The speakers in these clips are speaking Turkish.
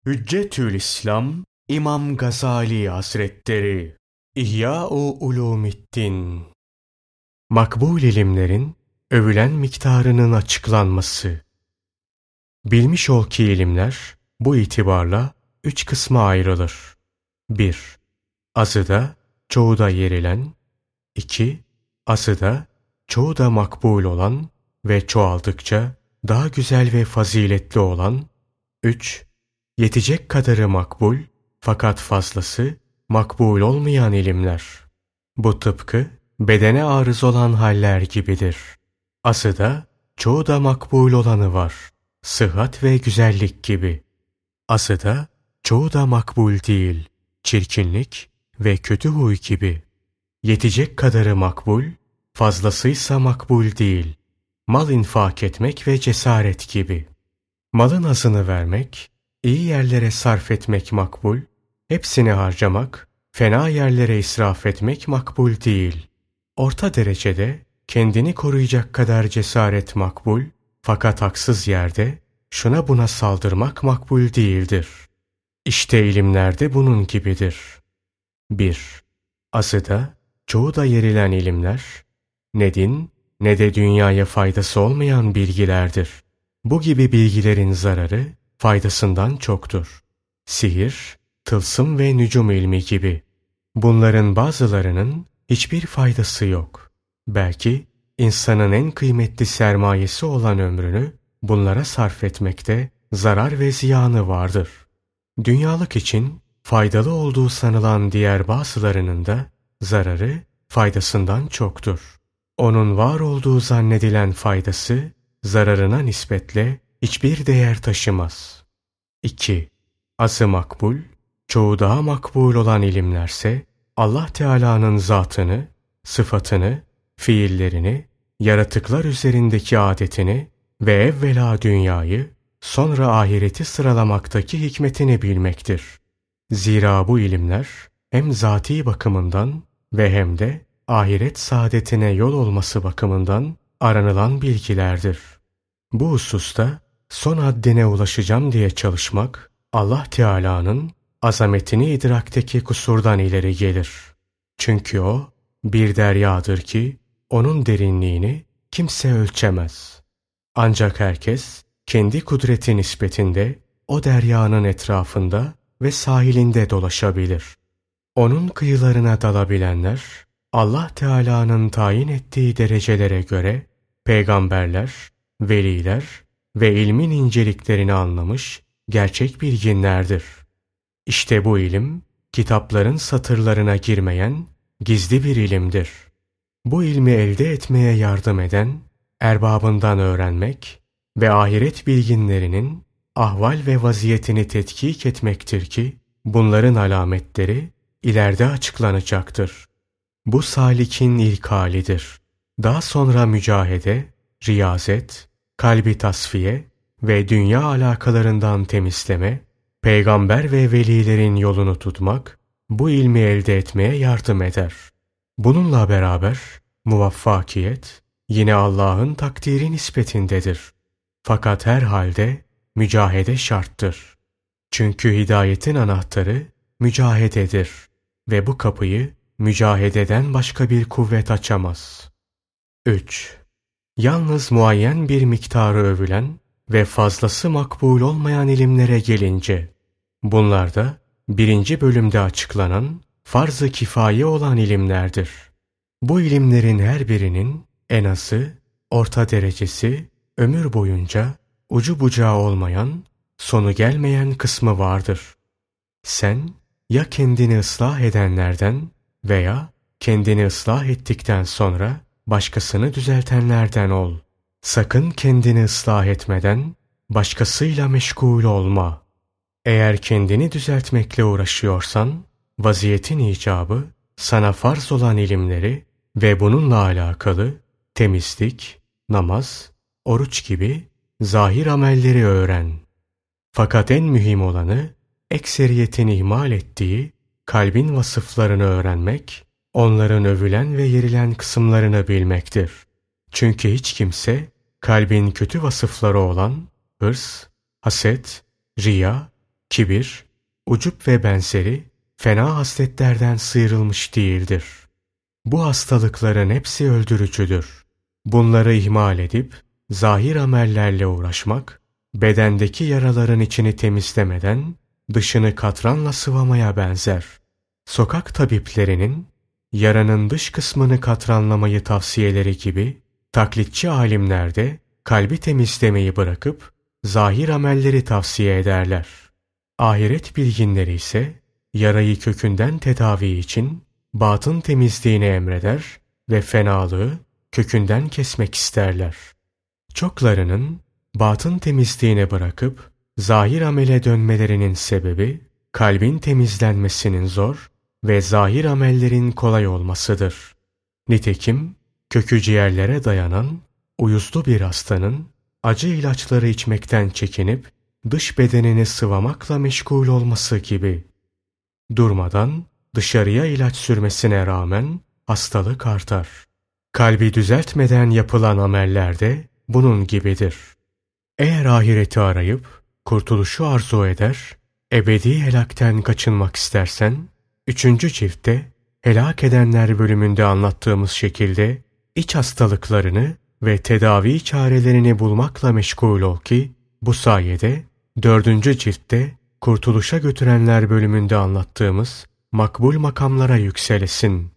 Hüccetül İslam İmam Gazali Hazretleri İhya-u Ulumiddin. Makbul ilimlerin övülen miktarının açıklanması. Bilmiş ol ki ilimler bu itibarla 3 kısma ayrılır. 1. Azı da çoğu da yerilen. 2. Azı da çoğu da makbul olan ve çoğaldıkça daha güzel ve faziletli olan. 3. Yetecek kadarı makbul fakat fazlası makbul olmayan ilimler. Bu tıpkı bedene arız olan haller gibidir. Azı da çoğu da makbul olanı var. Sıhhat ve güzellik gibi. Azı da çoğu da makbul değil. Çirkinlik ve kötü huy gibi. Yetecek kadarı makbul, fazlasıysa makbul değil. Mal infak etmek ve cesaret gibi. Malın azını vermek, iyi yerlere sarf etmek makbul, hepsini harcamak, fena yerlere israf etmek makbul değil. Orta derecede kendini koruyacak kadar cesaret makbul, fakat haksız yerde şuna buna saldırmak makbul değildir. İşte ilimlerde bunun gibidir. 1. Azı da, çoğu da yerilen ilimler, ne din ne de dünyaya faydası olmayan bilgilerdir. Bu gibi bilgilerin zararı faydasından çoktur. Sihir, tılsım ve nücum ilmi gibi. Bunların bazılarının hiçbir faydası yok. Belki insanın en kıymetli sermayesi olan ömrünü bunlara sarf etmekte zarar ve ziyanı vardır. Dünyalık için faydalı olduğu sanılan diğer bazılarının da zararı faydasından çoktur. Onun var olduğu zannedilen faydası zararına nispetle hiçbir değer taşımaz. 2. Azı makbul, çoğu daha makbul olan ilimlerse Allah Teala'nın zatını, sıfatını, fiillerini, yaratıklar üzerindeki adetini ve evvela dünyayı, sonra ahireti sıralamaktaki hikmetini bilmektir. Zira bu ilimler hem zati bakımından ve hem de ahiret saadetine yol olması bakımından aranılan bilgilerdir. Bu hususta son haddine ulaşacağım diye çalışmak, Allah Teala'nın azametini idrakteki kusurdan ileri gelir. Çünkü o bir deryadır ki onun derinliğini kimse ölçemez. Ancak herkes kendi kudreti nispetinde o deryanın etrafında ve sahilinde dolaşabilir. Onun kıyılarına dalabilenler, Allah Teala'nın tayin ettiği derecelere göre peygamberler, veliler ve ilmin inceliklerini anlamış gerçek bilginlerdir. İşte bu ilim, kitapların satırlarına girmeyen gizli bir ilimdir. Bu ilmi elde etmeye yardım eden, erbabından öğrenmek ve ahiret bilginlerinin ahval ve vaziyetini tetkik etmektir ki, bunların alametleri ileride açıklanacaktır. Bu salikin ilk halidir. Daha sonra mücahede, riyazet, kalbi tasfiye ve dünya alakalarından temizleme, peygamber ve velilerin yolunu tutmak, bu ilmi elde etmeye yardım eder. Bununla beraber muvaffakiyet yine Allah'ın takdiri nispetindedir. Fakat her halde mücahede şarttır. Çünkü hidayetin anahtarı mücahededir ve bu kapıyı mücahededen başka bir kuvvet açamaz. 3. Yalnız muayyen bir miktarı övülen ve fazlası makbul olmayan ilimlere gelince, bunlar da 1. bölümde açıklanan farz-ı kifaye olan ilimlerdir. Bu ilimlerin her birinin en azı, orta derecesi, ömür boyunca ucu bucağı olmayan, sonu gelmeyen kısmı vardır. Sen ya kendini ıslah edenlerden veya kendini ıslah ettikten sonra başkasını düzeltenlerden ol. Sakın kendini ıslah etmeden başkasıyla meşgul olma. Eğer kendini düzeltmekle uğraşıyorsan, vaziyetin icabı sana farz olan ilimleri ve bununla alakalı temizlik, namaz, oruç gibi zahir amelleri öğren. Fakat en mühim olanı, ekseriyetin ihmal ettiği kalbin vasıflarını öğrenmek, onların övülen ve yerilen kısımlarını bilmektir. Çünkü hiç kimse kalbin kötü vasıfları olan hırs, haset, riya, kibir, ucup ve benzeri fena hasletlerden sıyrılmış değildir. Bu hastalıkların hepsi öldürücüdür. Bunları ihmal edip zahir amellerle uğraşmak, bedendeki yaraların içini temizlemeden dışını katranla sıvamaya benzer. Sokak tabiplerinin yaranın dış kısmını katranlamayı tavsiyeleri gibi, taklitçi alimler de kalbi temizlemeyi bırakıp zahir amelleri tavsiye ederler. Ahiret bilginleri ise yarayı kökünden tedavi için batın temizliğini emreder ve fenalığı kökünden kesmek isterler. Çoklarının batın temizliğini bırakıp zahir amele dönmelerinin sebebi kalbin temizlenmesinin zor ve zahir amellerin kolay olmasıdır. Nitekim kökü ciğerlere dayanan uyuzlu bir hastanın acı ilaçları içmekten çekinip dış bedenini sıvamakla meşgul olması gibi. Durmadan dışarıya ilaç sürmesine rağmen hastalık artar. Kalbi düzeltmeden yapılan ameller de bunun gibidir. Eğer ahireti arayıp kurtuluşu arzu eder, ebedi helakten kaçınmak istersen, 3. ciltte helak edenler bölümünde anlattığımız şekilde iç hastalıklarını ve tedavi çarelerini bulmakla meşgul ol ki, bu sayede 4. ciltte kurtuluşa götürenler bölümünde anlattığımız makbul makamlara yükselesin.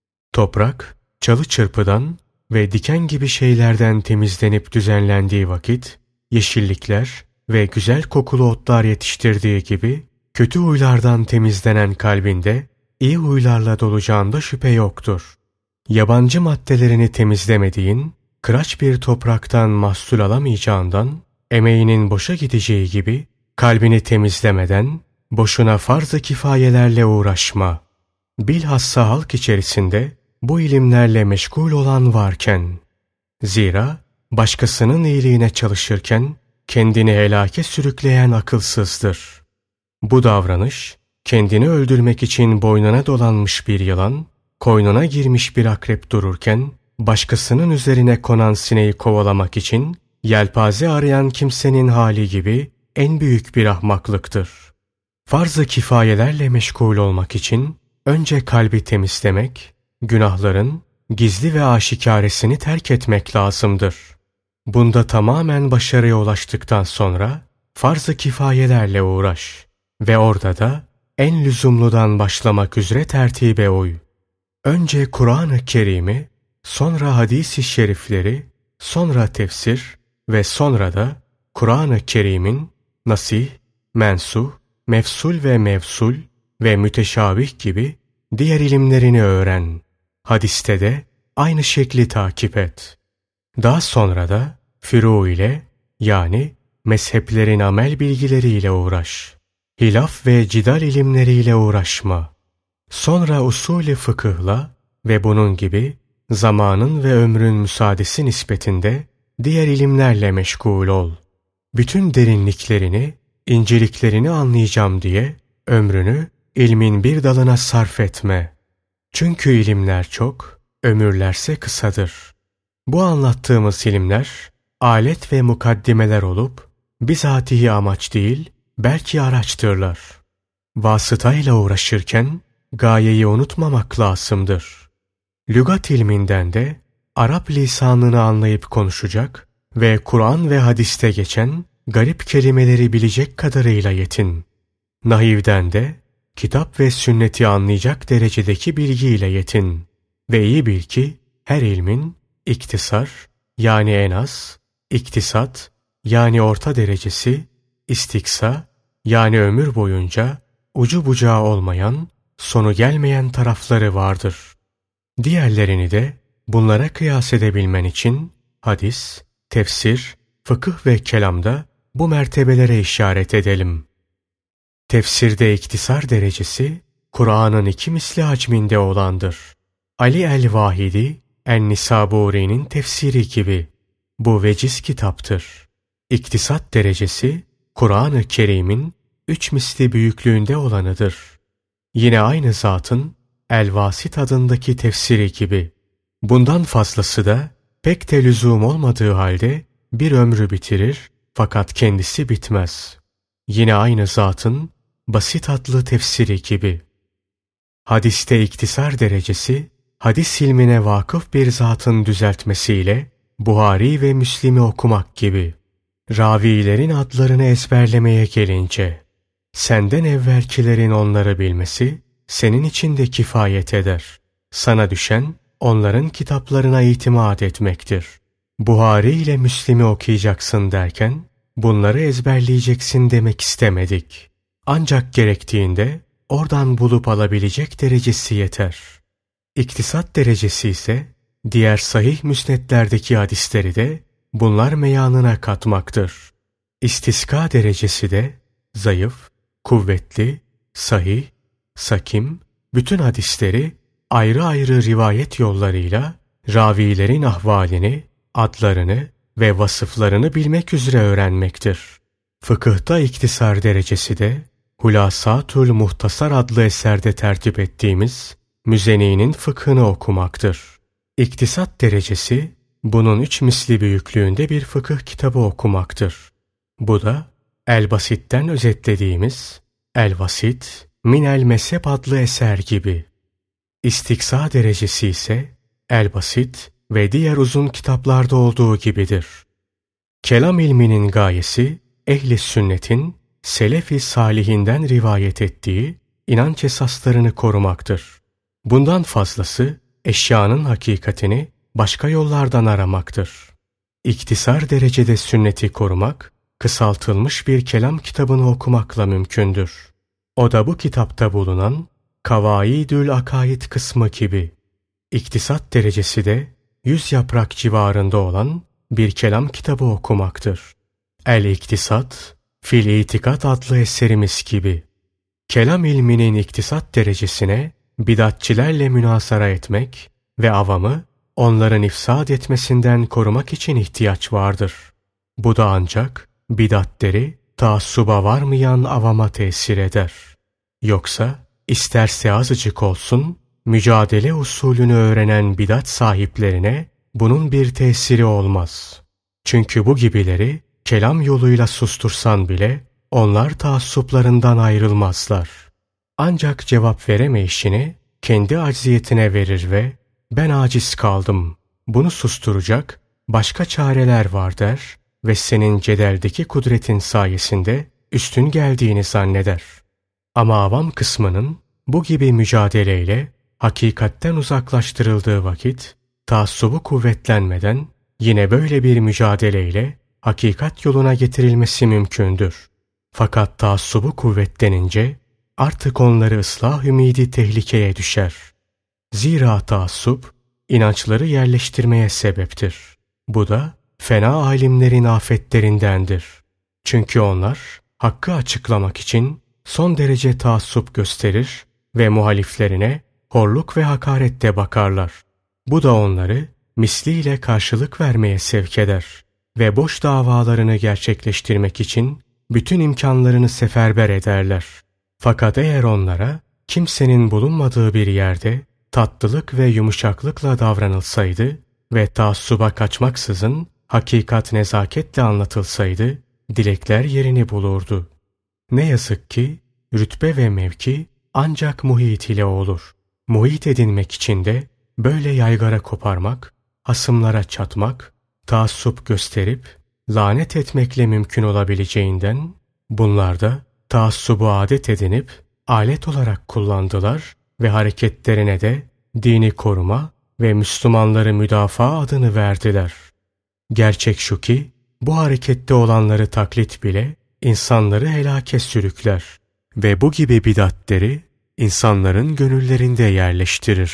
Toprak, çalı çırpıdan ve diken gibi şeylerden temizlenip düzenlendiği vakit, yeşillikler ve güzel kokulu otlar yetiştirdiği gibi, kötü huylardan temizlenen kalbinde iyi huylarla dolacağında şüphe yoktur. Yabancı maddelerini temizlemediğin, kıraç bir topraktan mahsul alamayacağından, emeğinin boşa gideceği gibi, kalbini temizlemeden, boşuna farz-ı kifayelerle uğraşma. Bilhassa halk içerisinde bu ilimlerle meşgul olan varken, zira başkasının iyiliğine çalışırken kendini helake sürükleyen akılsızdır. Bu davranış, kendini öldürmek için boynuna dolanmış bir yılan, koynuna girmiş bir akrep dururken, başkasının üzerine konan sineği kovalamak için yelpaze arayan kimsenin hali gibi en büyük bir ahmaklıktır. Farz-ı kifayelerle meşgul olmak için önce kalbi temizlemek, günahların gizli ve aşikaresini terk etmek lazımdır. Bunda tamamen başarıya ulaştıktan sonra farz-ı kifayelerle uğraş ve orada da en lüzumludan başlamak üzere tertibe uy. Önce Kur'an-ı Kerim'i, sonra hadis-i şerifleri, sonra tefsir ve sonra da Kur'an-ı Kerim'in nasih, mensuh, mefsul ve mevsul ve müteşabih gibi diğer ilimlerini öğren. Hadiste de aynı şekli takip et. Daha sonra da furu ile, yani mezheplerin amel bilgileriyle uğraş. Hilaf ve cidal ilimleriyle uğraşma. Sonra usul-i fıkıhla ve bunun gibi zamanın ve ömrün müsaadesi nispetinde diğer ilimlerle meşgul ol. Bütün derinliklerini, inceliklerini anlayacağım diye ömrünü ilmin bir dalına sarf etme. Çünkü ilimler çok, ömürlerse kısadır. Bu anlattığımız ilimler, alet ve mukaddimeler olup, bizatihi amaç değil, belki araçtırlar. Vasıtayla uğraşırken, gayeyi unutmamak lazımdır. Lügat ilminden de, Arap lisanını anlayıp konuşacak ve Kur'an ve hadiste geçen garip kelimeleri bilecek kadarıyla yetin. Nahivden de, kitap ve sünneti anlayacak derecedeki bilgiyle yetin. Ve iyi bil ki her ilmin iktisar yani en az, iktisat yani orta derecesi, istiksa yani ömür boyunca ucu bucağı olmayan, sonu gelmeyen tarafları vardır. Diğerlerini de bunlara kıyas edebilmen için hadis, tefsir, fıkıh ve kelamda bu mertebelere işaret edelim. Tefsirde iktisar derecesi, Kur'an'ın 2 misli hacminde olandır. Ali el-Vahidi, En-Nisaburi'nin tefsiri gibi. Bu veciz kitaptır. İktisat derecesi, Kur'an-ı Kerim'in 3 misli büyüklüğünde olanıdır. Yine aynı zatın El-Vasit adındaki tefsiri gibi. Bundan fazlası da pek de lüzum olmadığı halde bir ömrü bitirir fakat kendisi bitmez. yine aynı zatın Basit adlı tefsiri gibi. Hadiste iktisar derecesi, hadis ilmine vakıf bir zatın düzeltmesiyle Buhari ve Müslim'i okumak gibi. Ravilerin adlarını ezberlemeye gelince, senden evvelkilerin onları bilmesi senin için de kifayet eder. Sana düşen onların kitaplarına itimat etmektir. Buhari ile Müslim'i okuyacaksın derken bunları ezberleyeceksin demek istemedik. Ancak gerektiğinde oradan bulup alabilecek derecesi yeter. İktisat derecesi ise diğer sahih müsnetlerdeki hadisleri de bunlar meyanına katmaktır. İstiska derecesi de zayıf, kuvvetli, sahih, sakim, bütün hadisleri ayrı ayrı rivayet yollarıyla ravilerin ahvalini, adlarını ve vasıflarını bilmek üzere öğrenmektir. Fıkıhta iktisar derecesi de Hulasatul Muhtasar adlı eserde tertip ettiğimiz Müzeni'nin fıkhını okumaktır. İktisat derecesi bunun 3 misli büyüklüğünde bir fıkıh kitabı okumaktır. Bu da El-Basit'ten özetlediğimiz El-Vasit Minel Mezheb adlı eser gibi. İstiksa derecesi ise El-Basit ve diğer uzun kitaplarda olduğu gibidir. Kelam ilminin gayesi ehli sünnetin selef-i salihinden rivayet ettiği inanç esaslarını korumaktır. Bundan fazlası eşyanın hakikatini başka yollardan aramaktır. İktisar derecede sünneti korumak, kısaltılmış bir kelam kitabını okumakla mümkündür. O da bu kitapta bulunan Kavaidül Akaid kısmı gibi. İktisat derecesi de 100 yaprak civarında olan bir kelam kitabı okumaktır. El-İktisat Fil İtikat adlı eserimiz gibi. Kelam ilminin iktisat derecesine bidatçilerle münazara etmek ve avamı onların ifsad etmesinden korumak için ihtiyaç vardır. Bu da ancak bidatleri taassuba varmayan avama tesir eder. Yoksa isterse azıcık olsun mücadele usulünü öğrenen bidat sahiplerine bunun bir tesiri olmaz. Çünkü bu gibileri kelam yoluyla sustursan bile onlar taassuplarından ayrılmazlar. Ancak cevap veremeyişini kendi acziyetine verir ve ben aciz kaldım, bunu susturacak başka çareler var der ve senin cedeldeki kudretin sayesinde üstün geldiğini zanneder. Ama avam kısmının bu gibi mücadeleyle hakikatten uzaklaştırıldığı vakit taassubu kuvvetlenmeden yine böyle bir mücadeleyle hakikat yoluna getirilmesi mümkündür. Fakat taassubu kuvvetlenince artık onları ıslah ümidi tehlikeye düşer. Zira taassup inançları yerleştirmeye sebeptir. Bu da fena alimlerin afetlerindendir. Çünkü onlar hakkı açıklamak için son derece taassup gösterir ve muhaliflerine horluk ve hakarette bakarlar. Bu da onları misliyle karşılık vermeye sevk eder ve boş davalarını gerçekleştirmek için bütün imkanlarını seferber ederler. Fakat eğer onlara kimsenin bulunmadığı bir yerde tatlılık ve yumuşaklıkla davranılsaydı ve taassuba kaçmaksızın hakikat nezaketle anlatılsaydı, dilekler yerini bulurdu. Ne yazık ki rütbe ve mevki ancak muhit ile olur. Muhit edinmek için de böyle yaygara koparmak, hasımlara çatmak, taassup gösterip lanet etmekle mümkün olabileceğinden bunlar da taassubu adet edinip alet olarak kullandılar ve hareketlerine de dini koruma ve Müslümanları müdafaa adını verdiler. Gerçek şu ki bu harekette olanları taklit bile insanları helake sürükler ve bu gibi bidatleri insanların gönüllerinde yerleştirir.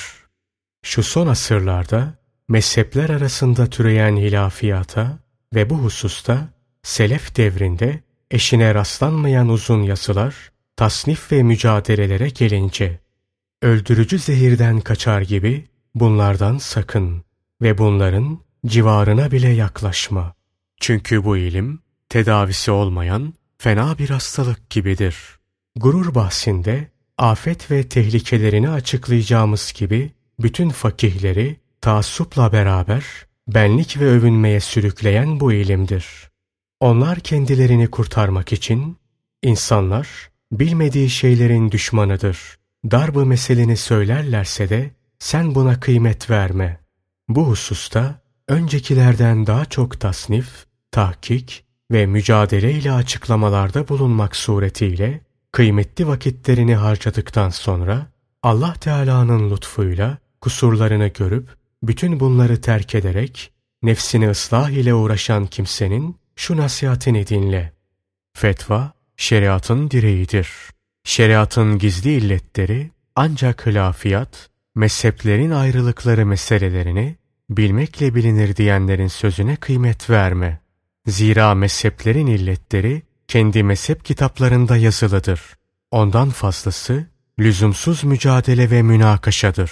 Şu son asırlarda mezhepler arasında türeyen hilafiyata ve bu hususta selef devrinde eşine rastlanmayan uzun yazılar, tasnif ve mücadelelere gelince öldürücü zehirden kaçar gibi bunlardan sakın ve bunların civarına bile yaklaşma. Çünkü bu ilim tedavisi olmayan fena bir hastalık gibidir. Gurur bahsinde afet ve tehlikelerini açıklayacağımız gibi bütün fakihleri taassupla beraber benlik ve övünmeye sürükleyen bu ilimdir. Onlar kendilerini kurtarmak için İnsanlar bilmediği şeylerin düşmanıdır. Darb-ı meseleni söylerlerse de sen buna kıymet verme. Bu hususta öncekilerden daha çok tasnif, tahkik ve mücadele ile açıklamalarda bulunmak suretiyle kıymetli vakitlerini harcadıktan sonra Allah Teala'nın lütfuyla kusurlarını görüp bütün bunları terk ederek nefsini ıslah ile uğraşan kimsenin şu nasihatini dinle. Fetva, şeriatın direğidir. Şeriatın gizli illetleri ancak hilafiyat, mezheplerin ayrılıkları meselelerini bilmekle bilinir diyenlerin sözüne kıymet verme. Zira mezheplerin illetleri kendi mezhep kitaplarında yazılıdır. Ondan fazlası lüzumsuz mücadele ve münakaşadır.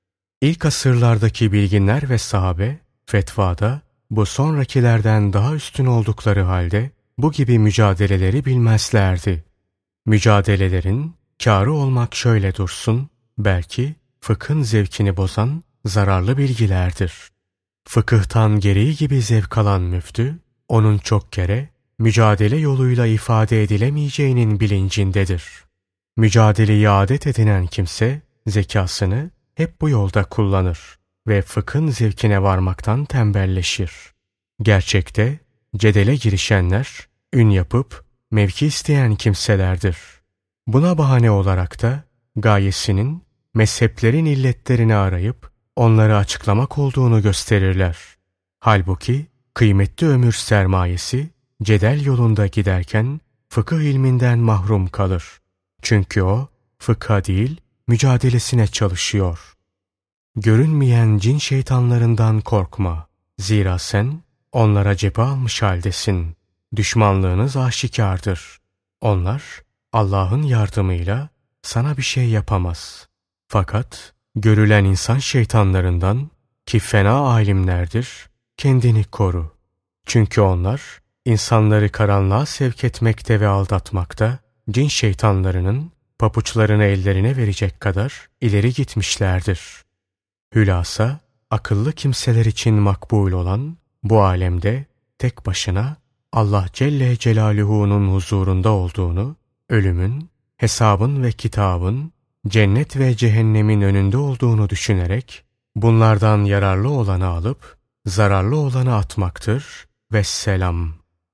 İlk asırlardaki bilginler ve sahabe fetvada bu sonrakilerden daha üstün oldukları halde bu gibi mücadeleleri bilmezlerdi. Mücadelelerin kârı olmak şöyle dursun, belki fıkhın zevkini bozan zararlı bilgilerdir. Fıkıhtan gereği gibi zevk alan müftü, onun çok kere mücadele yoluyla ifade edilemeyeceğinin bilincindedir. Mücadeleyi adet edinen kimse zekasını hep bu yolda kullanır ve fıkhın zevkine varmaktan tembelleşir. Gerçekte cedele girişenler ün yapıp mevki isteyen kimselerdir. Buna bahane olarak da gayesinin mezheplerin illetlerini arayıp onları açıklamak olduğunu gösterirler. Halbuki kıymetli ömür sermayesi cedel yolunda giderken fıkıh ilminden mahrum kalır. Çünkü o fıkha değil mücadelesine çalışıyor. Görünmeyen cin şeytanlarından korkma. Zira sen onlara cephe almış haldesin. Düşmanlığınız aşikardır. Onlar Allah'ın yardımıyla sana bir şey yapamaz. Fakat görülen insan şeytanlarından ki fena alimlerdir, kendini koru. Çünkü onlar insanları karanlığa sevk etmekte ve aldatmakta, cin şeytanlarının papuçlarını ellerine verecek kadar ileri gitmişlerdir. Hülasa, akıllı kimseler için makbul olan bu alemde tek başına Allah Celle Celaluhu'nun huzurunda olduğunu, ölümün, hesabın ve kitabın, cennet ve cehennemin önünde olduğunu düşünerek bunlardan yararlı olanı alıp zararlı olanı atmaktır. Vesselam.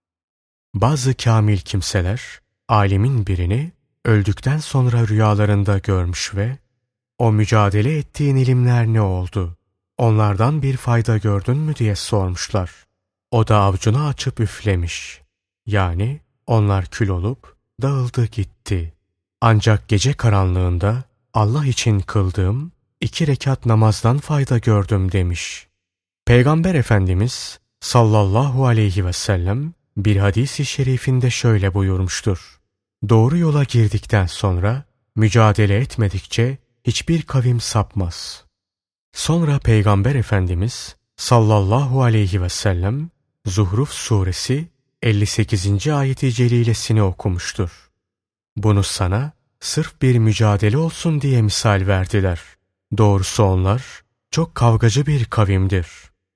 Bazı kamil kimseler alimin birini öldükten sonra rüyalarında görmüş ve o mücadele ettiğin ilimler ne oldu? Onlardan bir fayda gördün mü diye sormuşlar. O da avucunu açıp üflemiş. Yani onlar kül olup dağıldı gitti. Ancak gece karanlığında Allah için kıldığım 2 rekat namazdan fayda gördüm demiş. Peygamber Efendimiz sallallahu aleyhi ve sellem bir hadis-i şerifinde şöyle buyurmuştur. Doğru yola girdikten sonra mücadele etmedikçe hiçbir kavim sapmaz. Sonra Peygamber Efendimiz sallallahu aleyhi ve sellem Zuhruf suresi 58. ayeti celilesini okumuştur. Bunu sana sırf bir mücadele olsun diye misal verdiler. Doğrusu onlar çok kavgacı bir kavimdir.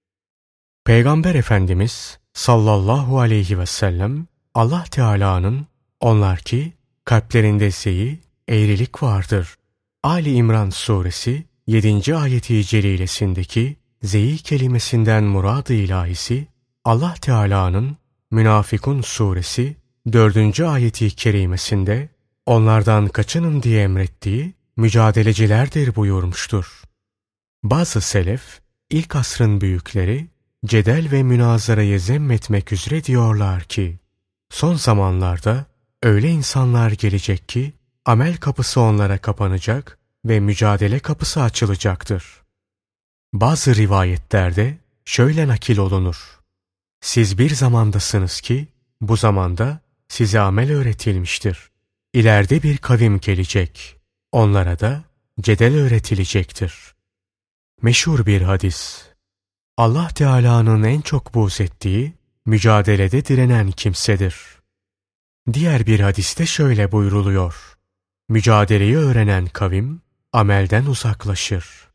Peygamber Efendimiz sallallahu aleyhi ve sellem Allah Teala'nın onlar ki kalplerinde zeyi, eğrilik vardır. Ali İmran suresi 7. ayeti celilesindeki zeyi kelimesinden murad-ı ilahisi Allah Teala'nın Münafikun suresi 4. ayeti kerimesinde onlardan kaçının diye emrettiği mücadelecilerdir buyurmuştur. Bazı selef, ilk asrın büyükleri, cedel ve münazarayı zemmetmek üzere diyorlar ki, son zamanlarda öyle insanlar gelecek ki, amel kapısı onlara kapanacak ve mücadele kapısı açılacaktır. Bazı rivayetlerde şöyle nakil olunur. Siz bir zamandasınız ki, bu zamanda size amel öğretilmiştir. İleride bir kavim gelecek. Onlara da cedel öğretilecektir. Meşhur bir hadis. Allah Teala'nın en çok buğz ettiği, mücadelede direnen kimsedir. Diğer bir hadiste şöyle buyruluyor. Mücadeleyi öğrenen kavim, amelden uzaklaşır.